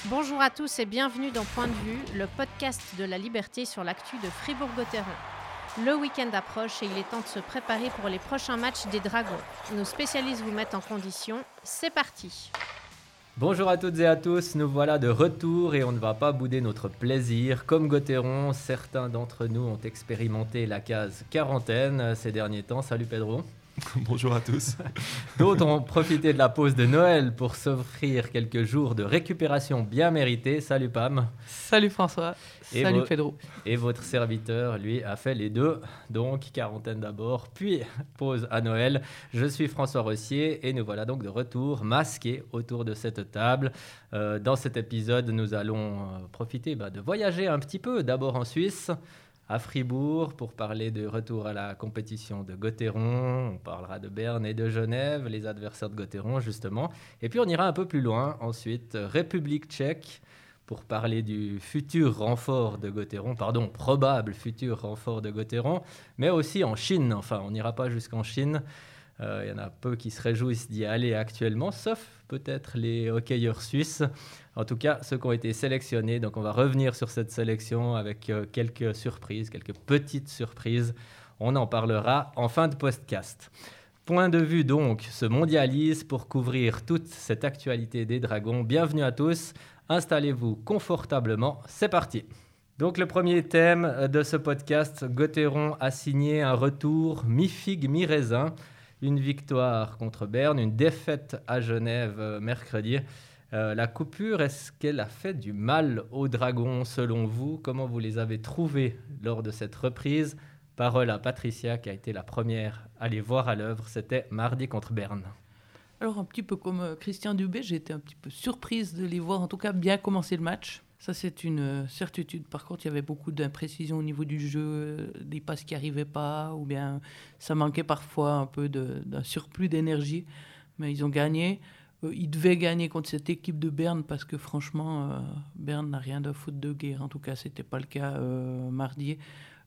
Bonjour à tous et bienvenue dans Point de vue, le podcast de la liberté sur l'actu de Fribourg-Gotteron. Le week-end approche et il est temps de se préparer pour les prochains matchs des Dragons. Nos spécialistes vous mettent en condition. C'est parti. Bonjour à toutes et à tous, nous voilà de retour et on ne va pas bouder notre plaisir. Comme Gotteron, certains d'entre nous ont expérimenté la case quarantaine ces derniers temps. Salut Pedro. Bonjour à tous. D'autres ont profité de la pause de Noël pour s'offrir quelques jours de récupération bien méritée. Salut Pam. Salut François. Salut Pedro. Et votre serviteur, lui, a fait les deux. Donc, quarantaine d'abord, puis pause à Noël. Je suis François Rossier et nous voilà donc de retour, masqués autour de cette table. Dans cet épisode, nous allons profiter de voyager un petit peu, d'abord en Suisse, à Fribourg, pour parler de retour à la compétition de Gotteron. On parlera de Berne et de Genève, les adversaires de Gotteron, justement. Et puis, on ira un peu plus loin, ensuite, République tchèque, pour parler du futur renfort de Gotteron, probable futur renfort de Gotteron, mais aussi en Chine. Enfin, on n'ira pas jusqu'en Chine. Il y en a peu qui se réjouissent d'y aller actuellement, sauf peut-être les hockeyeurs suisses. En tout cas, ceux qui ont été sélectionnés. Donc, on va revenir sur cette sélection avec quelques surprises, quelques petites surprises. On en parlera en fin de podcast. Point de vue, donc, se mondialise pour couvrir toute cette actualité des Dragons. Bienvenue à tous. Installez-vous confortablement. C'est parti. Donc, le premier thème de ce podcast, Gotteron a signé un retour mi-figue, mi-raisin. Une victoire contre Berne, une défaite à Genève mercredi. La coupure, est-ce qu'elle a fait du mal aux Dragons selon vous? Comment vous les avez trouvés lors de cette reprise? Parole à Patricia qui a été la première à les voir à l'œuvre. C'était mardi contre Berne. Alors un petit peu comme Christian Dubé, j'ai été un petit peu surprise de les voir en tout cas bien commencer le match. Ça c'est une certitude. Par contre il y avait beaucoup d'imprécisions au niveau du jeu, des passes qui n'arrivaient pas, ou bien ça manquait parfois un peu d'un surplus d'énergie. Mais ils ont gagné. Ils devaient gagner contre cette équipe de Berne parce que franchement Berne n'a rien de foot de guerre. En tout cas ce n'était pas le cas mardi.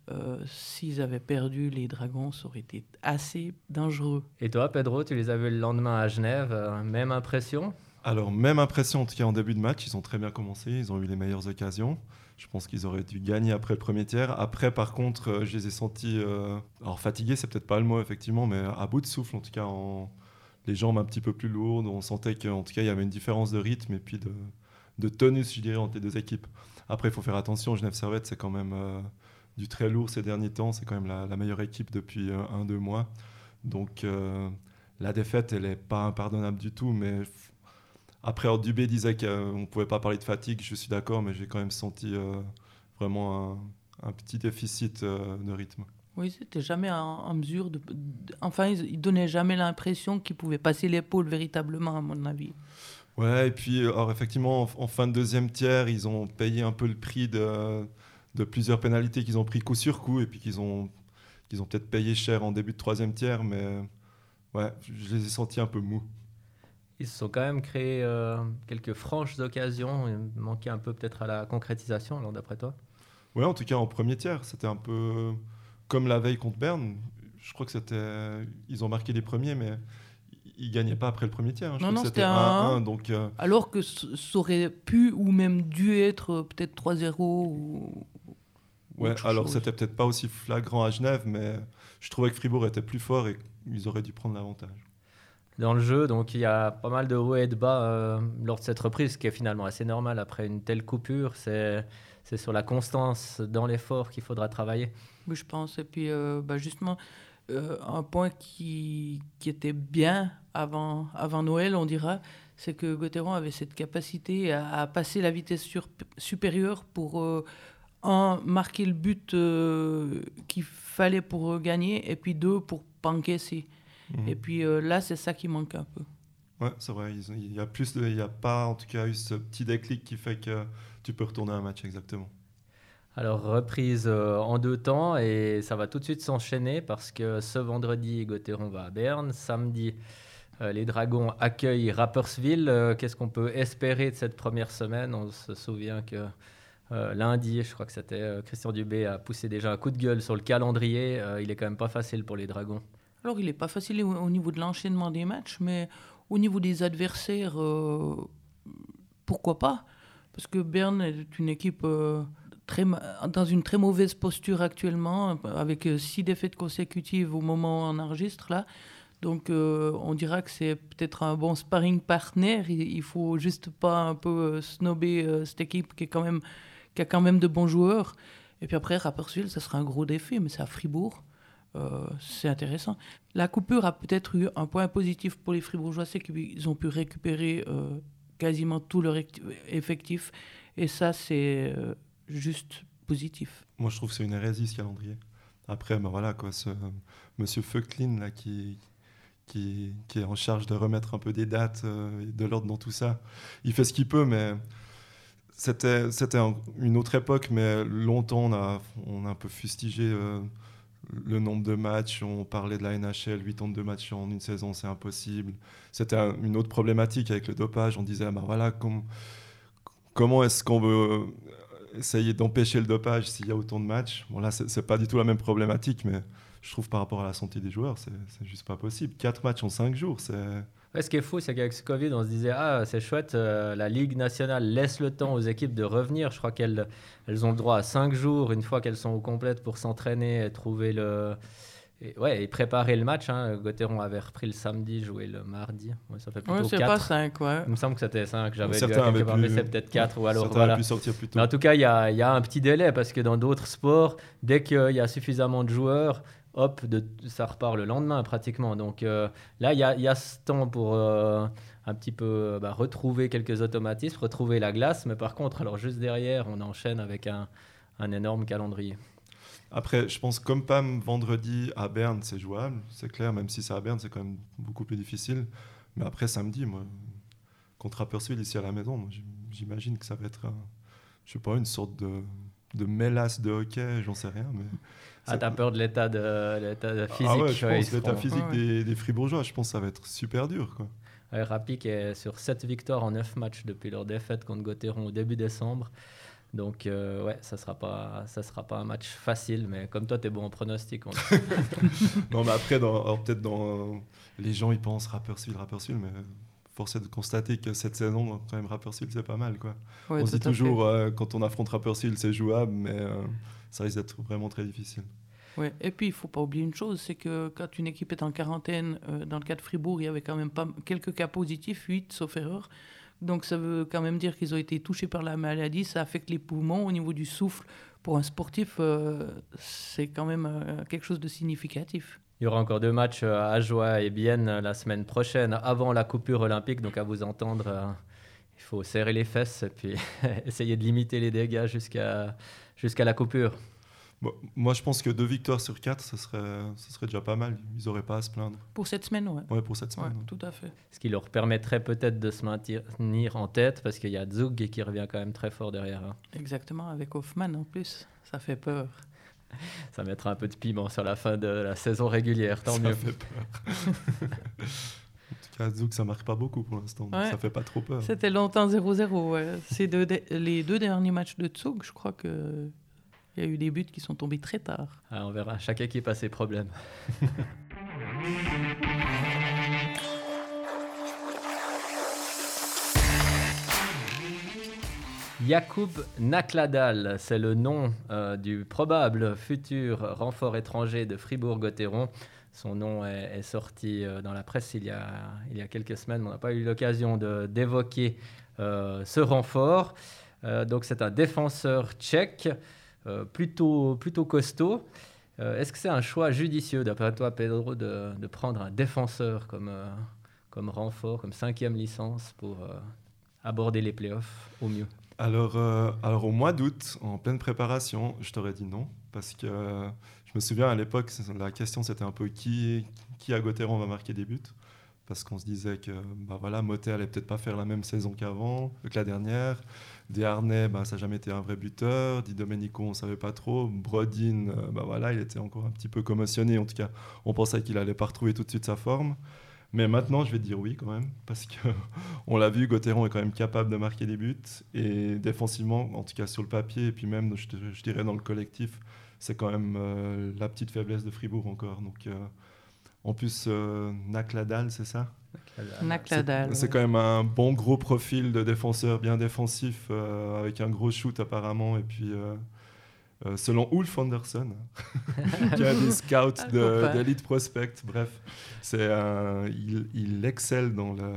S'ils avaient perdu, les Dragons, ça aurait été assez dangereux. Et toi, Pedro, tu les as vus le lendemain à Genève, même impression? Alors, même impression, en tout cas en début de match, ils ont très bien commencé, ils ont eu les meilleures occasions. Je pense qu'ils auraient dû gagner après le premier tiers. Après, par contre, je les ai sentis, alors fatigués, c'est peut-être pas le mot, effectivement, mais à bout de souffle, en tout cas, les jambes un petit peu plus lourdes. On sentait qu'en tout cas, il y avait une différence de rythme et puis de tonus, je dirais, entre les deux équipes. Après, il faut faire attention, Genève Servette, c'est quand même du très lourd ces derniers temps. C'est quand même la meilleure équipe depuis 1-2 mois. Donc, la défaite, elle n'est pas impardonnable du tout. Mais après, Dubé disait qu'on ne pouvait pas parler de fatigue. Je suis d'accord, mais j'ai quand même senti vraiment un petit déficit de rythme. Oui, c'était jamais en mesure de... Enfin, ils ne donnaient jamais l'impression qu'ils pouvaient passer l'épaule véritablement, à mon avis. Ouais, et puis, alors, effectivement, en fin de deuxième tiers, ils ont payé un peu le prix de plusieurs pénalités qu'ils ont pris coup sur coup et puis qu'ils ont peut-être payé cher en début de troisième tiers, mais ouais, je les ai sentis un peu mous. Ils se sont quand même créés quelques franches occasions. Il manquait un peu peut-être à la concrétisation, alors d'après toi? Ouais, en tout cas en premier tiers, c'était un peu comme la veille contre Berne. Je crois que ils ont marqué les premiers, mais ils gagnaient pas après le premier tiers. Je non, crois que c'était 1-1. Donc, alors que ça aurait pu ou même dû être peut-être 3-0 ou... Ouais, alors c'était peut-être pas aussi flagrant à Genève, mais je trouvais que Fribourg était plus fort et qu'ils auraient dû prendre l'avantage. Dans le jeu, donc il y a pas mal de hauts et de bas lors de cette reprise, ce qui est finalement assez normal après une telle coupure. C'est sur la constance dans l'effort qu'il faudra travailler. Oui, je pense. Et puis justement, un point qui était bien avant Noël, on dira, c'est que Gotteron avait cette capacité à passer la vitesse supérieure pour... marquer le but qu'il fallait pour gagner, et puis 2, pour pas encaisser. Et puis là, c'est ça qui manque un peu. Ouais, c'est vrai. Il y a pas, en tout cas, eu ce petit déclic qui fait que tu peux retourner un match, exactement. Alors, reprise en 2 temps, et ça va tout de suite s'enchaîner parce que ce vendredi, Gotteron va à Berne. Samedi, les Dragons accueillent Rapperswil. Qu'est-ce qu'on peut espérer de cette première semaine? On se souvient que lundi, je crois que c'était Christian Dubé a poussé déjà un coup de gueule sur le calendrier. Il est quand même pas facile pour les Dragons. Alors, il n'est pas facile au niveau de l'enchaînement des matchs, mais au niveau des adversaires, pourquoi pas? Parce que Berne est une équipe dans une très mauvaise posture actuellement, avec 6 défaites consécutives au moment où on enregistre là. Donc on dira que c'est peut-être un bon sparring partner. Il faut juste pas un peu snobber cette équipe qui a quand même de bons joueurs. Et puis après, Rapperswil, ça sera un gros défi, mais c'est à Fribourg. C'est intéressant. La coupure a peut-être eu un point positif pour les Fribourgeois, c'est qu'ils ont pu récupérer quasiment tout leur effectif. Et ça, c'est juste positif. Moi, je trouve que c'est une hérésie, ce calendrier. Après, voilà, quoi, ce monsieur Feucklin, là, qui est en charge de remettre un peu des dates, de l'ordre dans tout ça, il fait ce qu'il peut, mais c'était une autre époque, mais longtemps, on a un peu fustigé le nombre de matchs. On parlait de la NHL, 82 matchs en une saison, c'est impossible. C'était une autre problématique avec le dopage. On disait, voilà, comment est-ce qu'on veut essayer d'empêcher le dopage s'il y a autant de matchs? Bon, là, c'est pas du tout la même problématique, mais je trouve par rapport à la santé des joueurs, c'est juste pas possible. 4 matchs en 5 jours, c'est... Ouais, ce qui est fou, c'est qu'avec ce Covid, on se disait c'est chouette, la Ligue nationale laisse le temps aux équipes de revenir. Je crois qu'elles ont le droit à 5 jours, une fois qu'elles sont au complète, pour s'entraîner et trouver et préparer le match. Gauthieron avait repris le samedi, joué le mardi. Ouais, ça fait plutôt 4. C'est pas 5, ouais. Il me semble que c'était 5. J'avais lu Certains quelque part, mais c'est peut-être 4. Ou alors, certains avaient pu sortir plus tôt. Mais en tout cas, il y a un petit délai, parce que dans d'autres sports, dès qu'il y a suffisamment de joueurs, hop, ça repart le lendemain pratiquement. Donc là, il y a ce temps pour un petit peu retrouver quelques automatismes, retrouver la glace. Mais par contre, alors juste derrière, on enchaîne avec un énorme calendrier. Après, je pense comme Pam, vendredi à Berne, c'est jouable, c'est clair, même si c'est à Berne, c'est quand même beaucoup plus difficile. Mais après, samedi, moi, contre Rapperswil, ici à la maison, moi, j'imagine que ça va être, je sais pas, une sorte de mélasse de hockey, j'en sais rien. Mais t'as peur de l'état physique? Ah ouais, je pense, l'état physique des Fribourgeois, je pense que ça va être super dur, quoi. Ouais, Rappic est sur 7 victoires en 9 matchs depuis leur défaite contre Gauthieron au début décembre. Donc, ça sera pas un match facile, mais comme toi, tu es bon en pronostic. Non, mais après, peut-être les gens, ils pensent Rapperswil, mais force est de constater que cette saison, quand même, Rapperswil, c'est pas mal, quoi. Ouais, on se dit toujours, quand on affronte Rapperswil, c'est jouable, mais ça risque d'être vraiment très difficile. Ouais. Et puis, il ne faut pas oublier une chose, c'est que quand une équipe est en quarantaine, dans le cas de Fribourg, il y avait quand même pas quelques cas positifs, 8 sauf erreur. Donc ça veut quand même dire qu'ils ont été touchés par la maladie, ça affecte les poumons au niveau du souffle. Pour un sportif, c'est quand même quelque chose de significatif. Il y aura encore 2 matchs à Ajoie et Bienne la semaine prochaine, avant la coupure olympique. Donc à vous entendre, il faut serrer les fesses et puis essayer de limiter les dégâts jusqu'à la coupure. Bon, moi, je pense que 2 victoires sur 4, ce serait déjà pas mal. Ils n'auraient pas à se plaindre. Pour cette semaine, ouais. Ouais, pour cette semaine. Ouais, tout à fait. Ce qui leur permettrait peut-être de se maintenir en tête, parce qu'il y a Zug qui revient quand même très fort derrière. Exactement, avec Hoffmann en plus. Ça fait peur. Ça mettra un peu de piment sur la fin de la saison régulière, tant mieux. Ça fait peur. En tout cas, Zug, ça marque pas beaucoup pour l'instant. Ouais. Ça fait pas trop peur. C'était longtemps 0-0. Ouais. C'est les 2 derniers matchs de Zug, je crois que... Il y a eu des buts qui sont tombés très tard. On verra. Chaque équipe a ses problèmes. Jakub Nakladal, c'est le nom du probable futur renfort étranger de Fribourg-Gauthieron. Son nom est sorti dans la presse il y a quelques semaines. On n'a pas eu l'occasion d'évoquer ce renfort. Donc c'est un défenseur tchèque. Plutôt costaud. Est-ce que c'est un choix judicieux, d'après toi, Pedro, de prendre un défenseur comme renfort, comme 5e licence pour aborder les playoffs au mieux? Alors au mois d'août, en pleine préparation, je t'aurais dit non, parce que je me souviens à l'époque, la question c'était un peu qui à Gauthieron va marquer des buts, parce qu'on se disait que Motet allait peut-être pas faire la même saison que la dernière. Desharnais, ça n'a jamais été un vrai buteur. Di Domenico, on ne savait pas trop. Brodin, il était encore un petit peu commotionné. En tout cas, on pensait qu'il n'allait pas retrouver tout de suite sa forme. Mais maintenant, je vais dire oui quand même, parce qu'on l'a vu, Gauthieron est quand même capable de marquer des buts. Et défensivement, en tout cas sur le papier, et puis même, je dirais dans le collectif, c'est quand même la petite faiblesse de Fribourg encore. Donc, En plus, Nakladal, c'est ça? Nakladal. C'est quand même un bon gros profil de défenseur bien défensif, avec un gros shoot apparemment. Et puis, selon Ulf Anderson, qui a des scouts d'Elite Prospect, bref, il excelle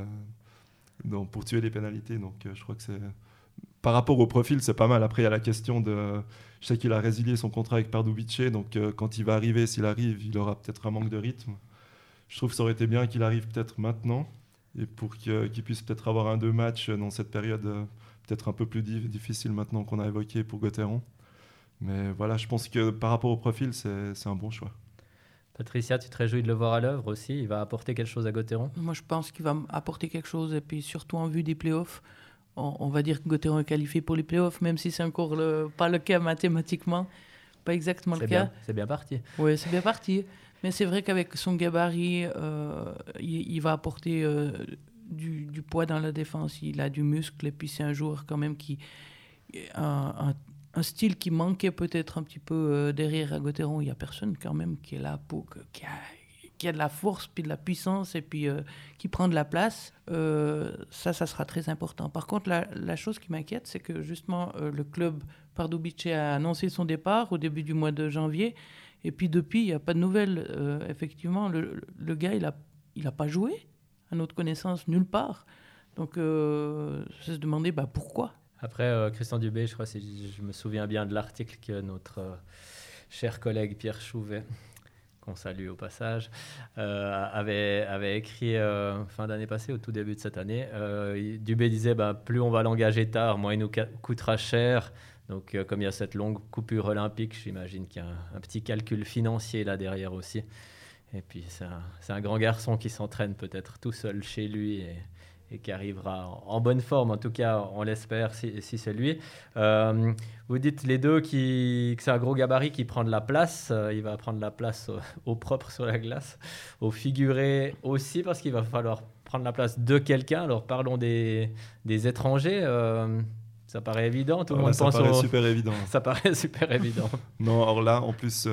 pour tuer les pénalités. Donc, je crois que c'est... Par rapport au profil, c'est pas mal. Après, il y a la question de... Je sais qu'il a résilié son contrat avec Pardubice, donc quand il va arriver, s'il arrive, il aura peut-être un manque de rythme. Je trouve que ça aurait été bien qu'il arrive peut-être maintenant, et pour qu'il puisse peut-être avoir 1-2 matchs dans cette période peut-être un peu plus difficile maintenant qu'on a évoqué pour Gauthieron. Mais voilà, je pense que par rapport au profil, c'est un bon choix. Patricia, tu te réjouis de le voir à l'œuvre aussi? Il va apporter quelque chose à Gauthieron? Moi, je pense qu'il va apporter quelque chose, et puis surtout en vue des playoffs. On va dire que Gauthieron est qualifié pour les playoffs, même si c'est encore pas le cas mathématiquement. Pas exactement le cas. C'est bien parti. Oui, c'est bien parti. Mais c'est vrai qu'avec son gabarit, il va apporter du poids dans la défense. Il a du muscle, et puis c'est un joueur quand même qui... un style qui manquait peut-être un petit peu derrière à Gauthieron. Il n'y a personne quand même qui est là qui a de la force, puis de la puissance, et puis qui prend de la place. Ça sera très important. Par contre, la chose qui m'inquiète, c'est que justement, le club Pardubice a annoncé son départ au début du mois de janvier, et puis depuis, il n'y a pas de nouvelles. Effectivement, le gars, il a pas joué, à notre connaissance, nulle part. Donc, c'est se demander pourquoi. Après, Christian Dubé, je crois, si je me souviens bien de l'article que notre cher collègue Pierre Chouvet, qu'on salue au passage, avait écrit fin d'année passée, au tout début de cette année. Dubé disait plus on va l'engager tard, moins il nous coûtera cher. Donc, comme il y a cette longue coupure olympique, j'imagine qu'il y a un petit calcul financier là derrière aussi. Et puis, c'est un grand garçon qui s'entraîne peut-être tout seul chez lui et qui arrivera en bonne forme. En tout cas, on l'espère si c'est lui. Vous dites les deux que c'est un gros gabarit qui prend de la place. Il va prendre la place au propre sur la glace, au figuré aussi, parce qu'il va falloir prendre la place de quelqu'un. Alors, parlons des étrangers. Ça paraît évident, tout le monde pense super évident. Ça paraît super évident. Non, alors là, en plus,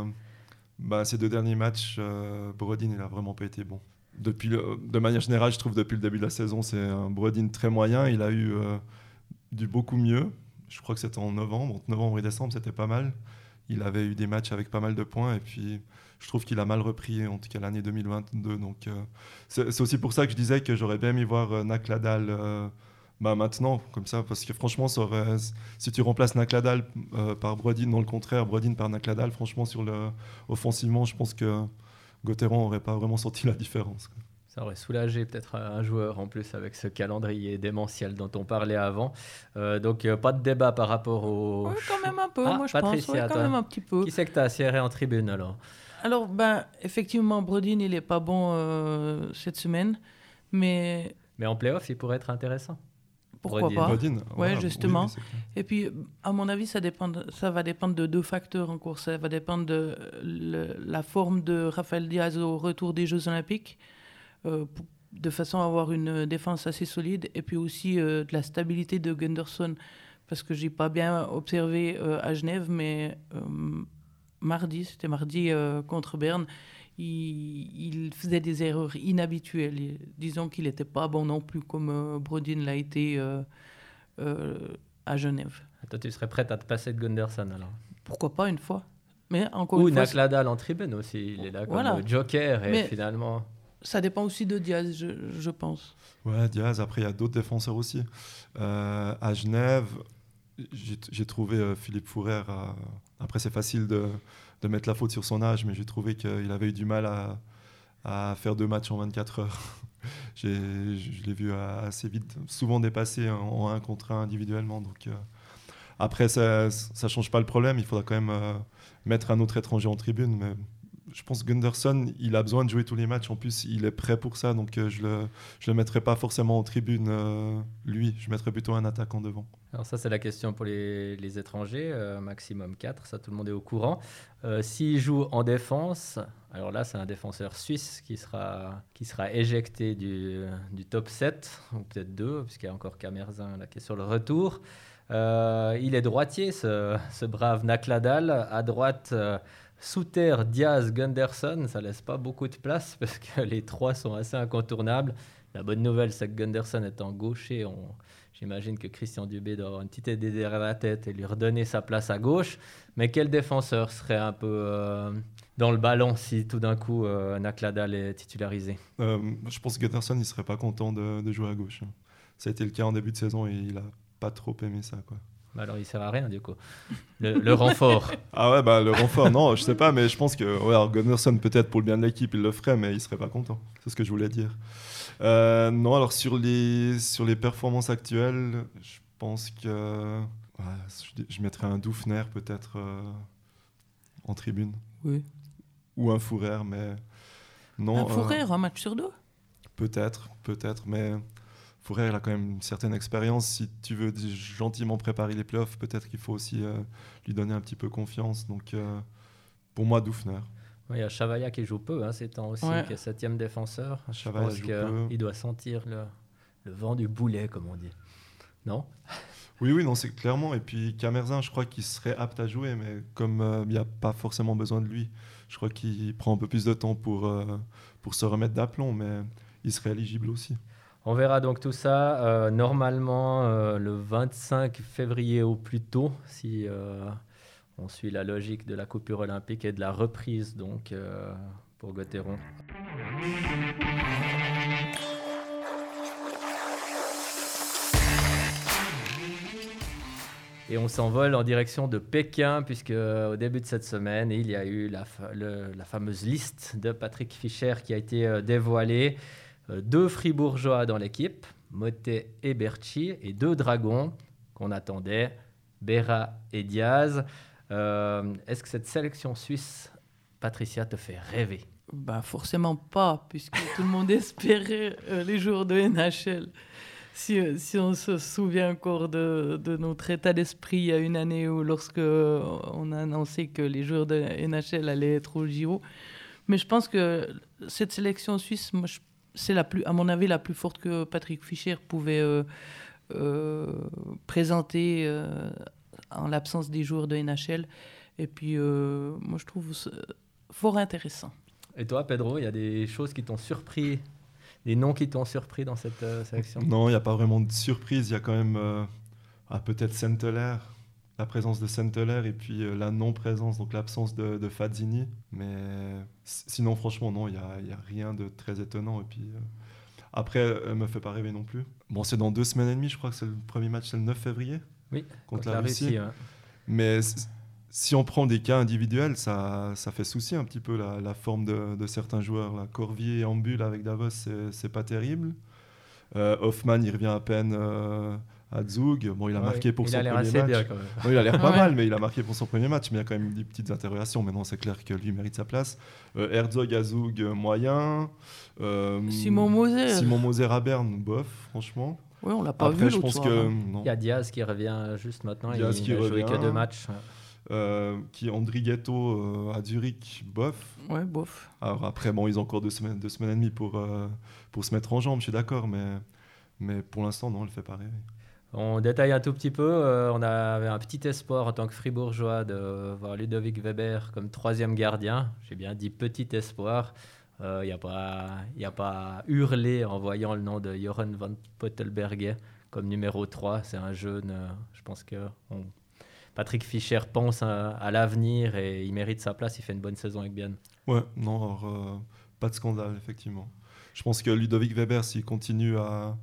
ces 2 derniers matchs, Brodin, il a vraiment pas été bon. De manière générale, je trouve depuis le début de la saison, c'est un Brodin très moyen. Il a eu du beaucoup mieux. Je crois que c'était en novembre. Entre novembre et décembre, c'était pas mal. Il avait eu des matchs avec pas mal de points. Et puis, je trouve qu'il a mal repris, en tout cas l'année 2022. Donc, c'est aussi pour ça que je disais que j'aurais bien aimé voir Nakladal maintenant, comme ça. Parce que franchement, si tu remplaces Nakladal par Brodin, non le contraire, Brodin par Nakladal, franchement, offensivement, je pense que Gauthieron n'aurait pas vraiment senti la différence. Ça aurait soulagé peut-être un joueur en plus avec ce calendrier démentiel dont on parlait avant. Donc pas de débat par rapport au... Oui, quand même un peu, moi je Patricia, pense. Oui, quand même un petit peu. Qui c'est que tu as asserré en tribune alors? Alors, effectivement, Brodin, il n'est pas bon cette semaine, mais... Mais en play-off, il pourrait être intéressant. Pourquoi pas? Brodin, ouais, justement. Oui, et puis, à mon avis, ça va dépendre de 2 facteurs en course. Ça va dépendre de la forme de Rafael Diaz au retour des Jeux Olympiques, de façon à avoir une défense assez solide, et puis aussi de la stabilité de Gunderson, parce que j'ai pas bien observé à Genève, mais c'était mardi contre Berne, il faisait des erreurs inhabituelles. Disons qu'il n'était pas bon non plus comme Brodin l'a été à Genève. Toi, tu serais prête à te passer de Gunderson alors? Pourquoi pas une fois? Mais encore Ou une fois, Nakladal en tribune aussi. Il est là comme joker et finalement... Ça dépend aussi de Diaz, je pense. Ouais, Diaz. Après, il y a d'autres défenseurs aussi. À Genève, j'ai trouvé Philippe Fourer... Après, c'est facile de mettre la faute sur son âge, mais j'ai trouvé qu'il avait eu du mal à faire 2 matchs en 24 heures. Je l'ai vu assez vite, souvent dépassé en 1 contre 1 individuellement. Donc, après, ça ne change pas le problème. Il faudra quand même mettre un autre étranger en tribune. Mais je pense que Gunderson, il a besoin de jouer tous les matchs. En plus, il est prêt pour ça. Donc, je le mettrai pas forcément en tribune, lui. Je mettrai plutôt un attaquant devant. Alors ça, c'est la question pour les étrangers. Maximum 4, ça, tout le monde est au courant. S'il joue en défense, alors là, c'est un défenseur suisse qui sera éjecté du top 7, ou peut-être 2, puisqu'il y a encore Camerzin là, qui est sur le retour. Il est droitier, ce brave Nakladal. À droite, Souter, Diaz, Gunderson, ça laisse pas beaucoup de place parce que les trois sont assez incontournables. La bonne nouvelle, c'est que Gunderson étant gaucher, j'imagine que Christian Dubé doit avoir une petite idée derrière la tête et lui redonner sa place à gauche. Mais quel défenseur serait un peu dans le ballon si tout d'un coup Nakladal est titularisé? Je pense que Gunderson, il serait pas content de jouer à gauche. Ça a été le cas en début de saison et il a pas trop aimé ça, quoi. Bah alors il sert à rien du coup. Le renfort. Ah ouais, bah le renfort, non, je sais pas, mais je pense que alors Gunderson, peut-être pour le bien de l'équipe, il le ferait, mais il serait pas content. C'est ce que je voulais dire. Non, alors sur les performances actuelles, je pense que je mettrais un Doufner peut-être en tribune. Oui. Ou un Fourer, mais non. Un Fourer, un match sur deux? Peut-être, mais Fourer, il a quand même une certaine expérience. Si tu veux gentiment préparer les playoffs, peut-être qu'il faut aussi lui donner un petit peu confiance. Donc, pour moi, Doufner. Il y a Chavaya qui joue peu ces temps aussi, qui est 7e défenseur. Chavaya je pense qu'il doit sentir le vent du boulet, comme on dit. Non? Oui, non, c'est clairement. Et puis Camerzin, je crois qu'il serait apte à jouer, mais comme il n'y a pas forcément besoin de lui, je crois qu'il prend un peu plus de temps pour se remettre d'aplomb, mais il serait éligible aussi. On verra donc tout ça normalement le 25 février au plus tôt, si on suit la logique de la coupure olympique et de la reprise donc pour Gauthieron. Et on s'envole en direction de Pékin, puisque au début de cette semaine, il y a eu la fameuse liste de Patrick Fischer qui a été dévoilée. 2 Fribourgeois dans l'équipe, Motet et Berchi, et 2 Dragons qu'on attendait, Berra et Diaz. Est-ce que cette sélection suisse, Patricia, te fait rêver? Bah forcément pas, puisque tout le monde espérait les joueurs de NHL. Si on se souvient encore de notre état d'esprit il y a une année où lorsque on a annoncé que les joueurs de NHL allaient être au JO. Mais je pense que cette sélection suisse, c'est à mon avis la plus forte que Patrick Fischer pouvait présenter en l'absence des joueurs de NHL. Et puis, moi, je trouve fort intéressant. Et toi, Pedro, il y a des choses qui t'ont surpris, des noms qui t'ont surpris dans cette sélection? Non, il n'y a pas vraiment de surprise. Il y a quand même peut-être Senteler, la présence de Senteler et puis la non-présence, donc l'absence de Fazzini. Mais sinon, franchement, non, il n'y a rien de très étonnant. Et puis après, elle ne me fait pas rêver non plus. Bon, c'est dans 2 semaines et demie, je crois que c'est le premier match, c'est le 9 février. Oui, contre la Russie. Ouais. Mais si on prend des cas individuels, ça fait souci un petit peu la forme de certains joueurs. Là. Corvier et Ambul avec Davos, c'est pas terrible. Hoffman, il revient à peine à Zug. Bon, il a marqué pour son premier match. Bien, quand même. Bon, il a l'air pas mal, mais il a marqué pour son premier match. Mais il y a quand même des petites interrogations. Maintenant, c'est clair que lui mérite sa place. Herzog à Zug, moyen. Simon Moser à Berne, bof, franchement. Oui, on l'a pas Après, vu je pense soir, que Il y a Diaz qui revient juste maintenant. Diaz il a joué que 2 matchs. Qui Andrighetto à Zurich, bof. Ouais, bof. Alors après, bon, ils ont encore 2 semaines et demie pour se mettre en jambe, je suis d'accord, mais pour l'instant, non, elle ne fait pas rêver. On détaille un tout petit peu. On avait un petit espoir en tant que Fribourgeois de voir Ludovic Weber comme 3e gardien. J'ai bien dit petit espoir. Il n'y a pas hurlé en voyant le nom de Joran van Pottelberge comme numéro 3. C'est un jeune, je pense que Patrick Fischer pense à l'avenir et il mérite sa place. Il fait une bonne saison avec Bienne. Ouais, non, alors, pas de scandale, effectivement. Je pense que Ludovic Weber, s'il continue à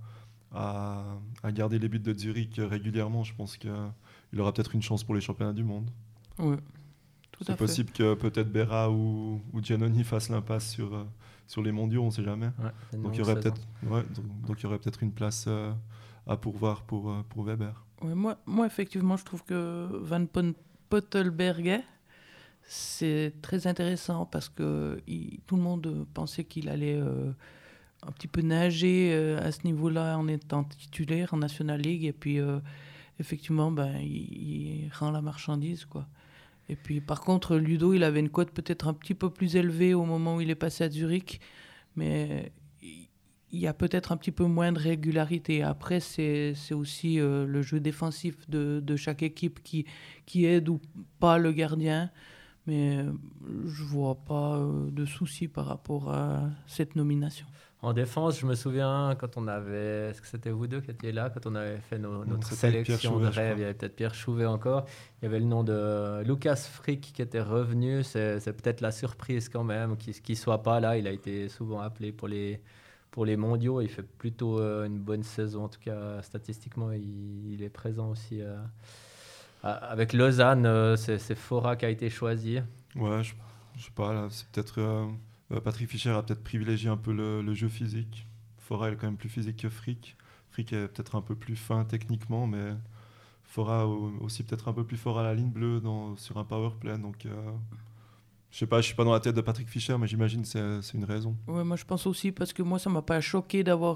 garder les buts de Zurich régulièrement, je pense qu'il aura peut-être une chance pour les championnats du monde. Oui, tout à fait. C'est possible que peut-être Berra ou Giannoni fassent l'impasse sur les mondiaux, on ne sait jamais. Ouais, donc il y aurait peut-être une place à pourvoir pour Weber. Ouais, moi, effectivement, je trouve que Van Pottelberge, c'est très intéressant parce que tout le monde pensait qu'il allait un petit peu nager à ce niveau-là en étant titulaire en National League. Et puis, effectivement, il rend la marchandise, quoi. Et puis, par contre, Ludo, il avait une cote peut-être un petit peu plus élevée au moment où il est passé à Zurich. Mais il y a peut-être un petit peu moins de régularité. Après, c'est aussi le jeu défensif de chaque équipe qui aide ou pas le gardien. Mais je vois pas de soucis par rapport à cette nomination. En défense, je me souviens quand on avait... Est-ce que c'était vous deux qui étiez là quand on avait fait notre c'était Pierre sélection de Chouvet, je rêve? crois. Il y avait peut-être Pierre Chouvet encore. Il y avait le nom de Lucas Frick qui était revenu. C'est peut-être la surprise quand même qu'il soit pas là. Il a été souvent appelé pour les mondiaux. Il fait plutôt une bonne saison. En tout cas, statistiquement, il est présent aussi. Avec Lausanne, c'est Fora qui a été choisi. Ouais, je sais pas, là, c'est peut-être... Patrick Fischer a peut-être privilégié un peu le jeu physique. Fora est quand même plus physique que Frick. Frick est peut-être un peu plus fin techniquement, mais Fora aussi peut-être un peu plus fort à la ligne bleue sur un power play. Donc, je sais pas, je suis pas dans la tête de Patrick Fischer, mais j'imagine que c'est une raison. Ouais, moi je pense aussi parce que moi ça m'a pas choqué d'avoir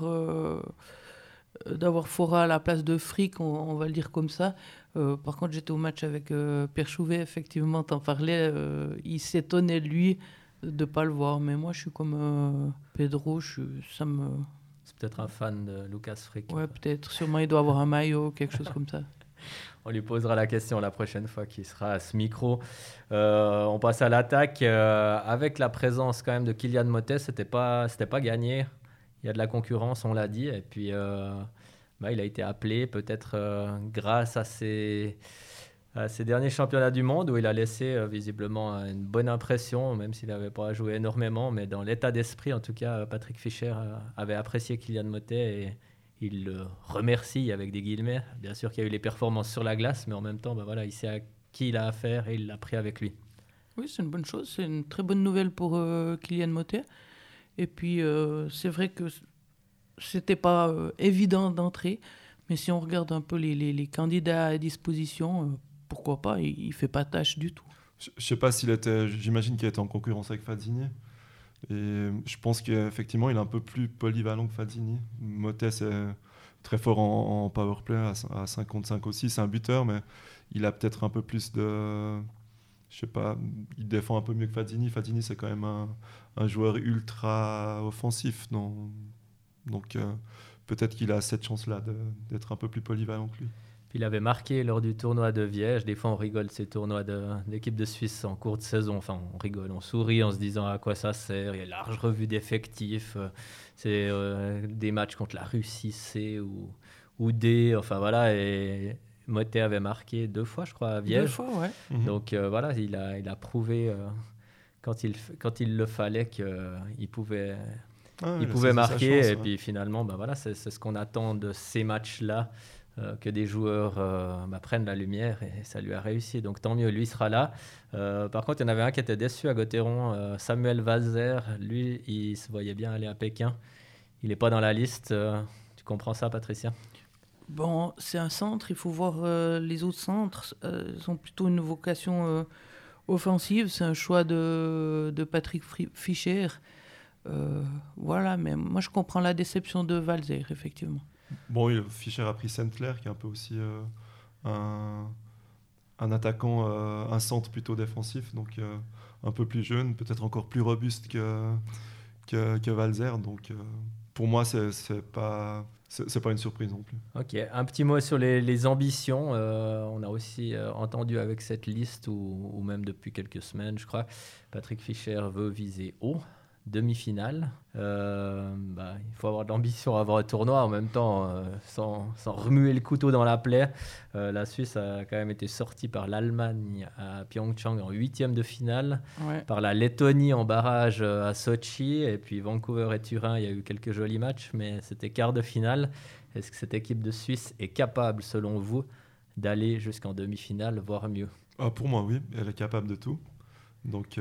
Fora à la place de Frick, on va le dire comme ça. Par contre, j'étais au match avec Pierre Chouvet, effectivement, t'en parlais, il s'étonnait lui de pas le voir, mais moi je suis comme Pedro, C'est peut-être un fan de Lucas Frick. Ouais, peut-être, sûrement il doit avoir un maillot, quelque chose comme ça. On lui posera la question la prochaine fois qu'il sera à ce micro. On passe à l'attaque. Avec la présence quand même de Kylian Motet, c'était pas gagné. Il y a de la concurrence, on l'a dit. Et puis, il a été appelé peut-être grâce à ses derniers championnats du monde où il a laissé visiblement une bonne impression, même s'il n'avait pas joué énormément. Mais dans l'état d'esprit, en tout cas, Patrick Fischer avait apprécié Kylian Motet et il le remercie avec des guillemets. Bien sûr qu'il y a eu les performances sur la glace, mais en même temps, il sait à qui il a affaire et il l'a pris avec lui. Oui, c'est une bonne chose. C'est une très bonne nouvelle pour Kylian Motet. Et puis, c'est vrai que c'était pas évident d'entrer, mais si on regarde un peu les candidats à disposition, pourquoi pas, il fait pas tâche du tout. Je sais pas j'imagine qu'il était en concurrence avec Fazzini. Et je pense qu'effectivement, il est un peu plus polyvalent que Fazzini. Motet, c'est très fort en power play, à 5 contre 5 aussi. C'est un buteur, mais il a peut-être un peu plus de... Je sais pas, il défend un peu mieux que Fazzini. Fazzini, c'est quand même un joueur ultra offensif. Donc, peut-être qu'il a cette chance-là d'être un peu plus polyvalent que lui. Puis il avait marqué lors du tournoi de Viège. Des fois, on rigole ces tournois d'équipe de Suisse en cours de saison. Enfin, on rigole, on sourit en se disant à quoi ça sert. Il y a une large revue d'effectifs. C'est des matchs contre la Russie C ou D. Enfin, voilà. Et Motet avait marqué 2 fois, je crois, à Viège. 2 fois, ouais. Donc, il a prouvé quand il le fallait qu'il pouvait... il pouvait marquer chance, et puis finalement c'est ce qu'on attend de ces matchs-là, que des joueurs prennent la lumière, et ça lui a réussi, donc tant mieux, lui sera là. Par contre, il y en avait un qui était déçu à Gotteron, Samuel Walser. Lui, il se voyait bien aller à Pékin, il n'est pas dans la liste. Tu comprends ça, Patricia? Bon, c'est un centre, il faut voir les autres centres, ils ont plutôt une vocation offensive. C'est un choix de Patrick Fischer. Voilà, mais moi je comprends la déception de Walser, effectivement. Bon, Fischer a pris Saint-Clair, qui est un peu aussi un attaquant, un centre plutôt défensif, donc un peu plus jeune, peut-être encore plus robuste que Walser. Donc pour moi, c'est pas une surprise non plus. Ok, un petit mot sur les ambitions. On a aussi entendu avec cette liste, ou même depuis quelques semaines, je crois, Patrick Fischer veut viser haut. Demi-finale. Il faut avoir de l'ambition avant un tournoi, en même temps, sans remuer le couteau dans la plaie. La Suisse a quand même été sortie par l'Allemagne à Pyeongchang en 8e de finale, ouais. Par la Lettonie en barrage à Sochi, et puis Vancouver et Turin, il y a eu quelques jolis matchs, mais c'était quart de finale. Est-ce que cette équipe de Suisse est capable, selon vous, d'aller jusqu'en demi-finale, voire mieux? Pour moi, oui, elle est capable de tout. Donc,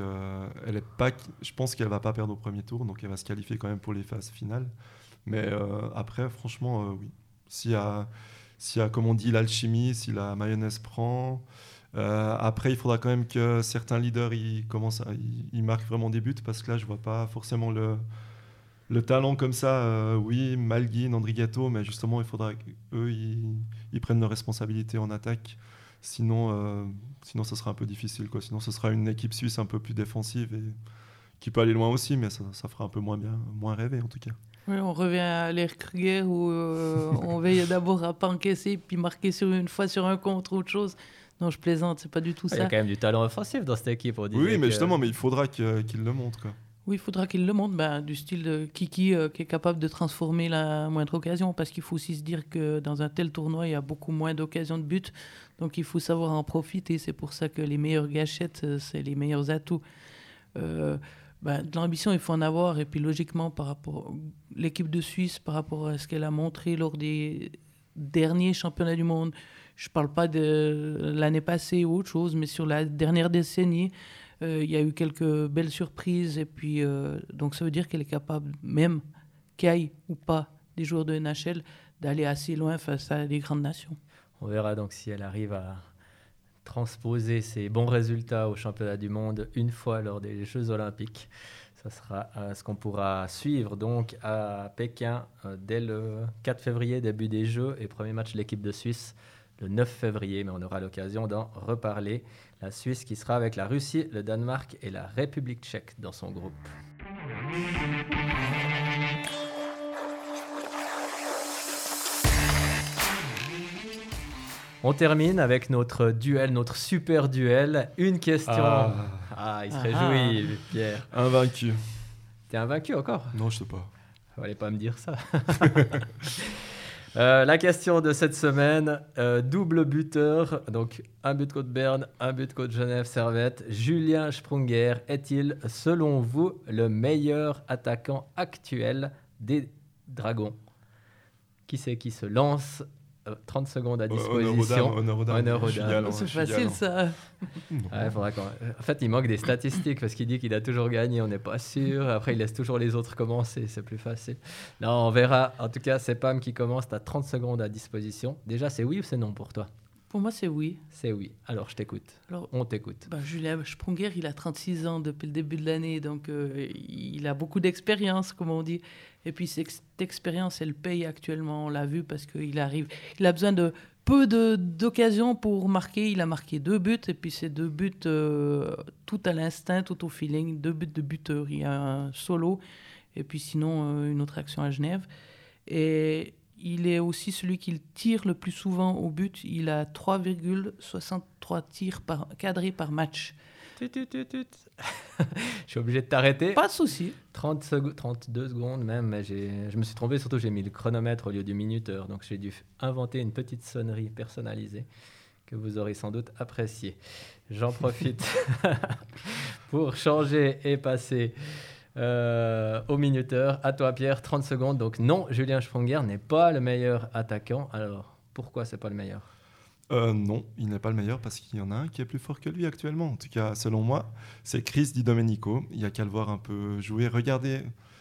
je pense qu'elle ne va pas perdre au premier tour, donc elle va se qualifier quand même pour les phases finales. Mais après, franchement, oui. S'il y a, comme on dit, l'alchimie, si la mayonnaise prend, après, il faudra quand même que certains leaders ils marquent vraiment des buts, parce que là, je ne vois pas forcément le talent comme ça. Oui, Malguin, Andrigato, mais justement, il faudra qu'eux, ils prennent leurs responsabilités en attaque. Sinon, ce sera un peu difficile, quoi. Sinon, ce sera une équipe suisse un peu plus défensive et qui peut aller loin aussi, mais ça fera un peu moins rêver, en tout cas. Oui, on revient à l'ère Kruger où on veille d'abord à pas encaisser, puis marquer une fois sur un contre autre chose. Non, je plaisante, c'est pas du tout Il y a ça. quand même du talent offensif dans cette équipe. On disait Oui, mais que- justement, mais il faudra qu'il le montre, quoi. Oui, il faudra qu'il le montre, du style de Kiki qui est capable de transformer la moindre occasion, parce qu'il faut aussi se dire que dans un tel tournoi, il y a beaucoup moins d'occasions de but, donc il faut savoir en profiter. C'est pour ça que les meilleures gâchettes, c'est les meilleurs atouts. De l'ambition, il faut en avoir, et puis logiquement, par rapport à l'équipe de Suisse, par rapport à ce qu'elle a montré lors des derniers championnats du monde, je ne parle pas de l'année passée ou autre chose, mais sur la dernière décennie, il y a eu quelques belles surprises, et puis donc ça veut dire qu'elle est capable, même qu'aille ou pas des joueurs de NHL, d'aller assez loin face à des grandes nations. On verra donc si elle arrive à transposer ses bons résultats au championnat du monde une fois lors des Jeux Olympiques. Ça sera ce qu'on pourra suivre donc à Pékin dès le 4 février, début des Jeux, et premier match de l'équipe de Suisse le 9 février, mais on aura l'occasion d'en reparler. La Suisse qui sera avec la Russie, le Danemark et la République tchèque dans son groupe. On termine avec notre duel, notre super duel. Une question. Il se réjouit, Pierre. Invaincu. T'es invaincu encore ? Non, je sais pas. Fallait pas me dire ça. La question de cette semaine, double buteur, donc un but contre Berne, un but contre Genève Servette. Julien Sprunger est-il, selon vous, le meilleur attaquant actuel des Dragons ? Qui c'est qui se lance ? 30 secondes à disposition. Honneur aux dames. Je suis galant, C'est je suis facile, galant. ça. Ouais, en fait, il manque des statistiques parce qu'il dit qu'il a toujours gagné, on n'est pas sûr. Après, il laisse toujours les autres commencer, c'est plus facile. Non, on verra. En tout cas, c'est Pam qui commence. Tu as 30 secondes à disposition. Déjà, c'est oui ou c'est non pour toi ? Pour moi, c'est oui. C'est oui. Alors, je t'écoute. Alors, On t'écoute. Julien Sprunger, il a 36 ans depuis le début de l'année, donc il a beaucoup d'expérience, comme on dit. Et puis cette expérience, elle paye actuellement, on l'a vu, parce qu'il arrive. Il a besoin de peu d'occasions pour marquer. Il a marqué 2 buts, et puis ces 2 buts, tout à l'instinct, tout au feeling, 2 buts de buteur. Il y a un solo, et puis sinon une autre action à Genève. Et il est aussi celui qui tire le plus souvent au but. Il a 3,63 tirs cadrés par match. Je suis obligé de t'arrêter. Pas de souci. 32 secondes même, mais je me suis trompé, surtout j'ai mis le chronomètre au lieu du minuteur, donc j'ai dû inventer une petite sonnerie personnalisée que vous aurez sans doute appréciée. J'en profite pour changer et passer au minuteur. À toi Pierre, 30 secondes. Donc non, Julien Sprunger n'est pas le meilleur attaquant. Alors, pourquoi c'est pas le meilleur ? Non, il n'est pas le meilleur parce qu'il y en a un qui est plus fort que lui actuellement. En tout cas, selon moi, c'est Chris Di Domenico. Il n'y a qu'à le voir un peu jouer. Regardez,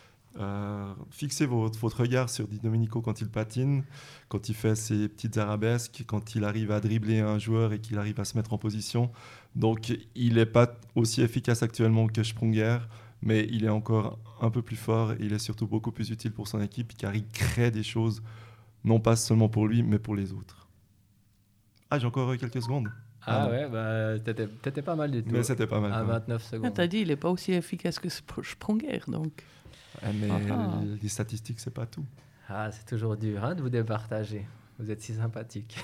fixez votre regard sur Di Domenico quand il patine, quand il fait ses petites arabesques, quand il arrive à dribbler un joueur et qu'il arrive à se mettre en position. Donc, il n'est pas aussi efficace actuellement que Sprunger, mais il est encore un peu plus fort et il est surtout beaucoup plus utile pour son équipe car il crée des choses, non pas seulement pour lui, mais pour les autres. Ah, j'ai encore quelques secondes. T'étais pas mal du tout. Mais c'était pas mal. À quand même. 29 secondes. T'as dit, il n'est pas aussi efficace que Sprunger, donc. Ouais, mais les statistiques, c'est pas tout. Ah, c'est toujours dur de vous départager. Vous êtes si sympathique.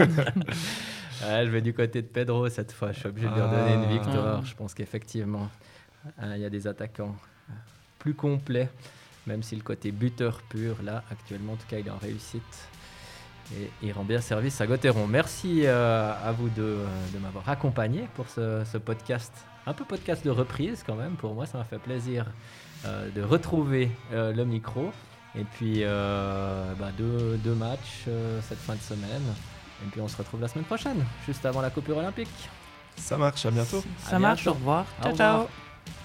Je vais du côté de Pedro cette fois. Je suis obligé de lui redonner une victoire. Je pense qu'effectivement, il y a des attaquants plus complets, même si le côté buteur pur, là, actuellement, en tout cas, il est en réussite. Et il rend bien service à Gauthieron. Merci à vous deux de m'avoir accompagné pour ce podcast. Un peu podcast de reprise quand même. Pour moi, ça m'a fait plaisir de retrouver le micro. Et puis, 2 matchs cette fin de semaine. Et puis, on se retrouve la semaine prochaine, juste avant la coupure olympique. Ça marche, à bientôt. Ça marche, au revoir. Au Ciao, revoir. ciao.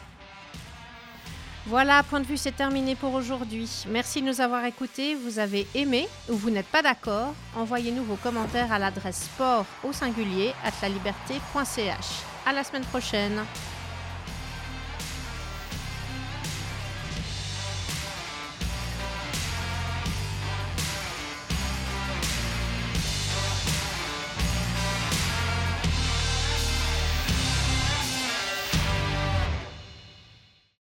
Voilà, Point de vue, c'est terminé pour aujourd'hui. Merci de nous avoir écoutés. Vous avez aimé ou vous n'êtes pas d'accord ? Envoyez-nous vos commentaires à l'adresse sport@laliberté.ch. À la semaine prochaine.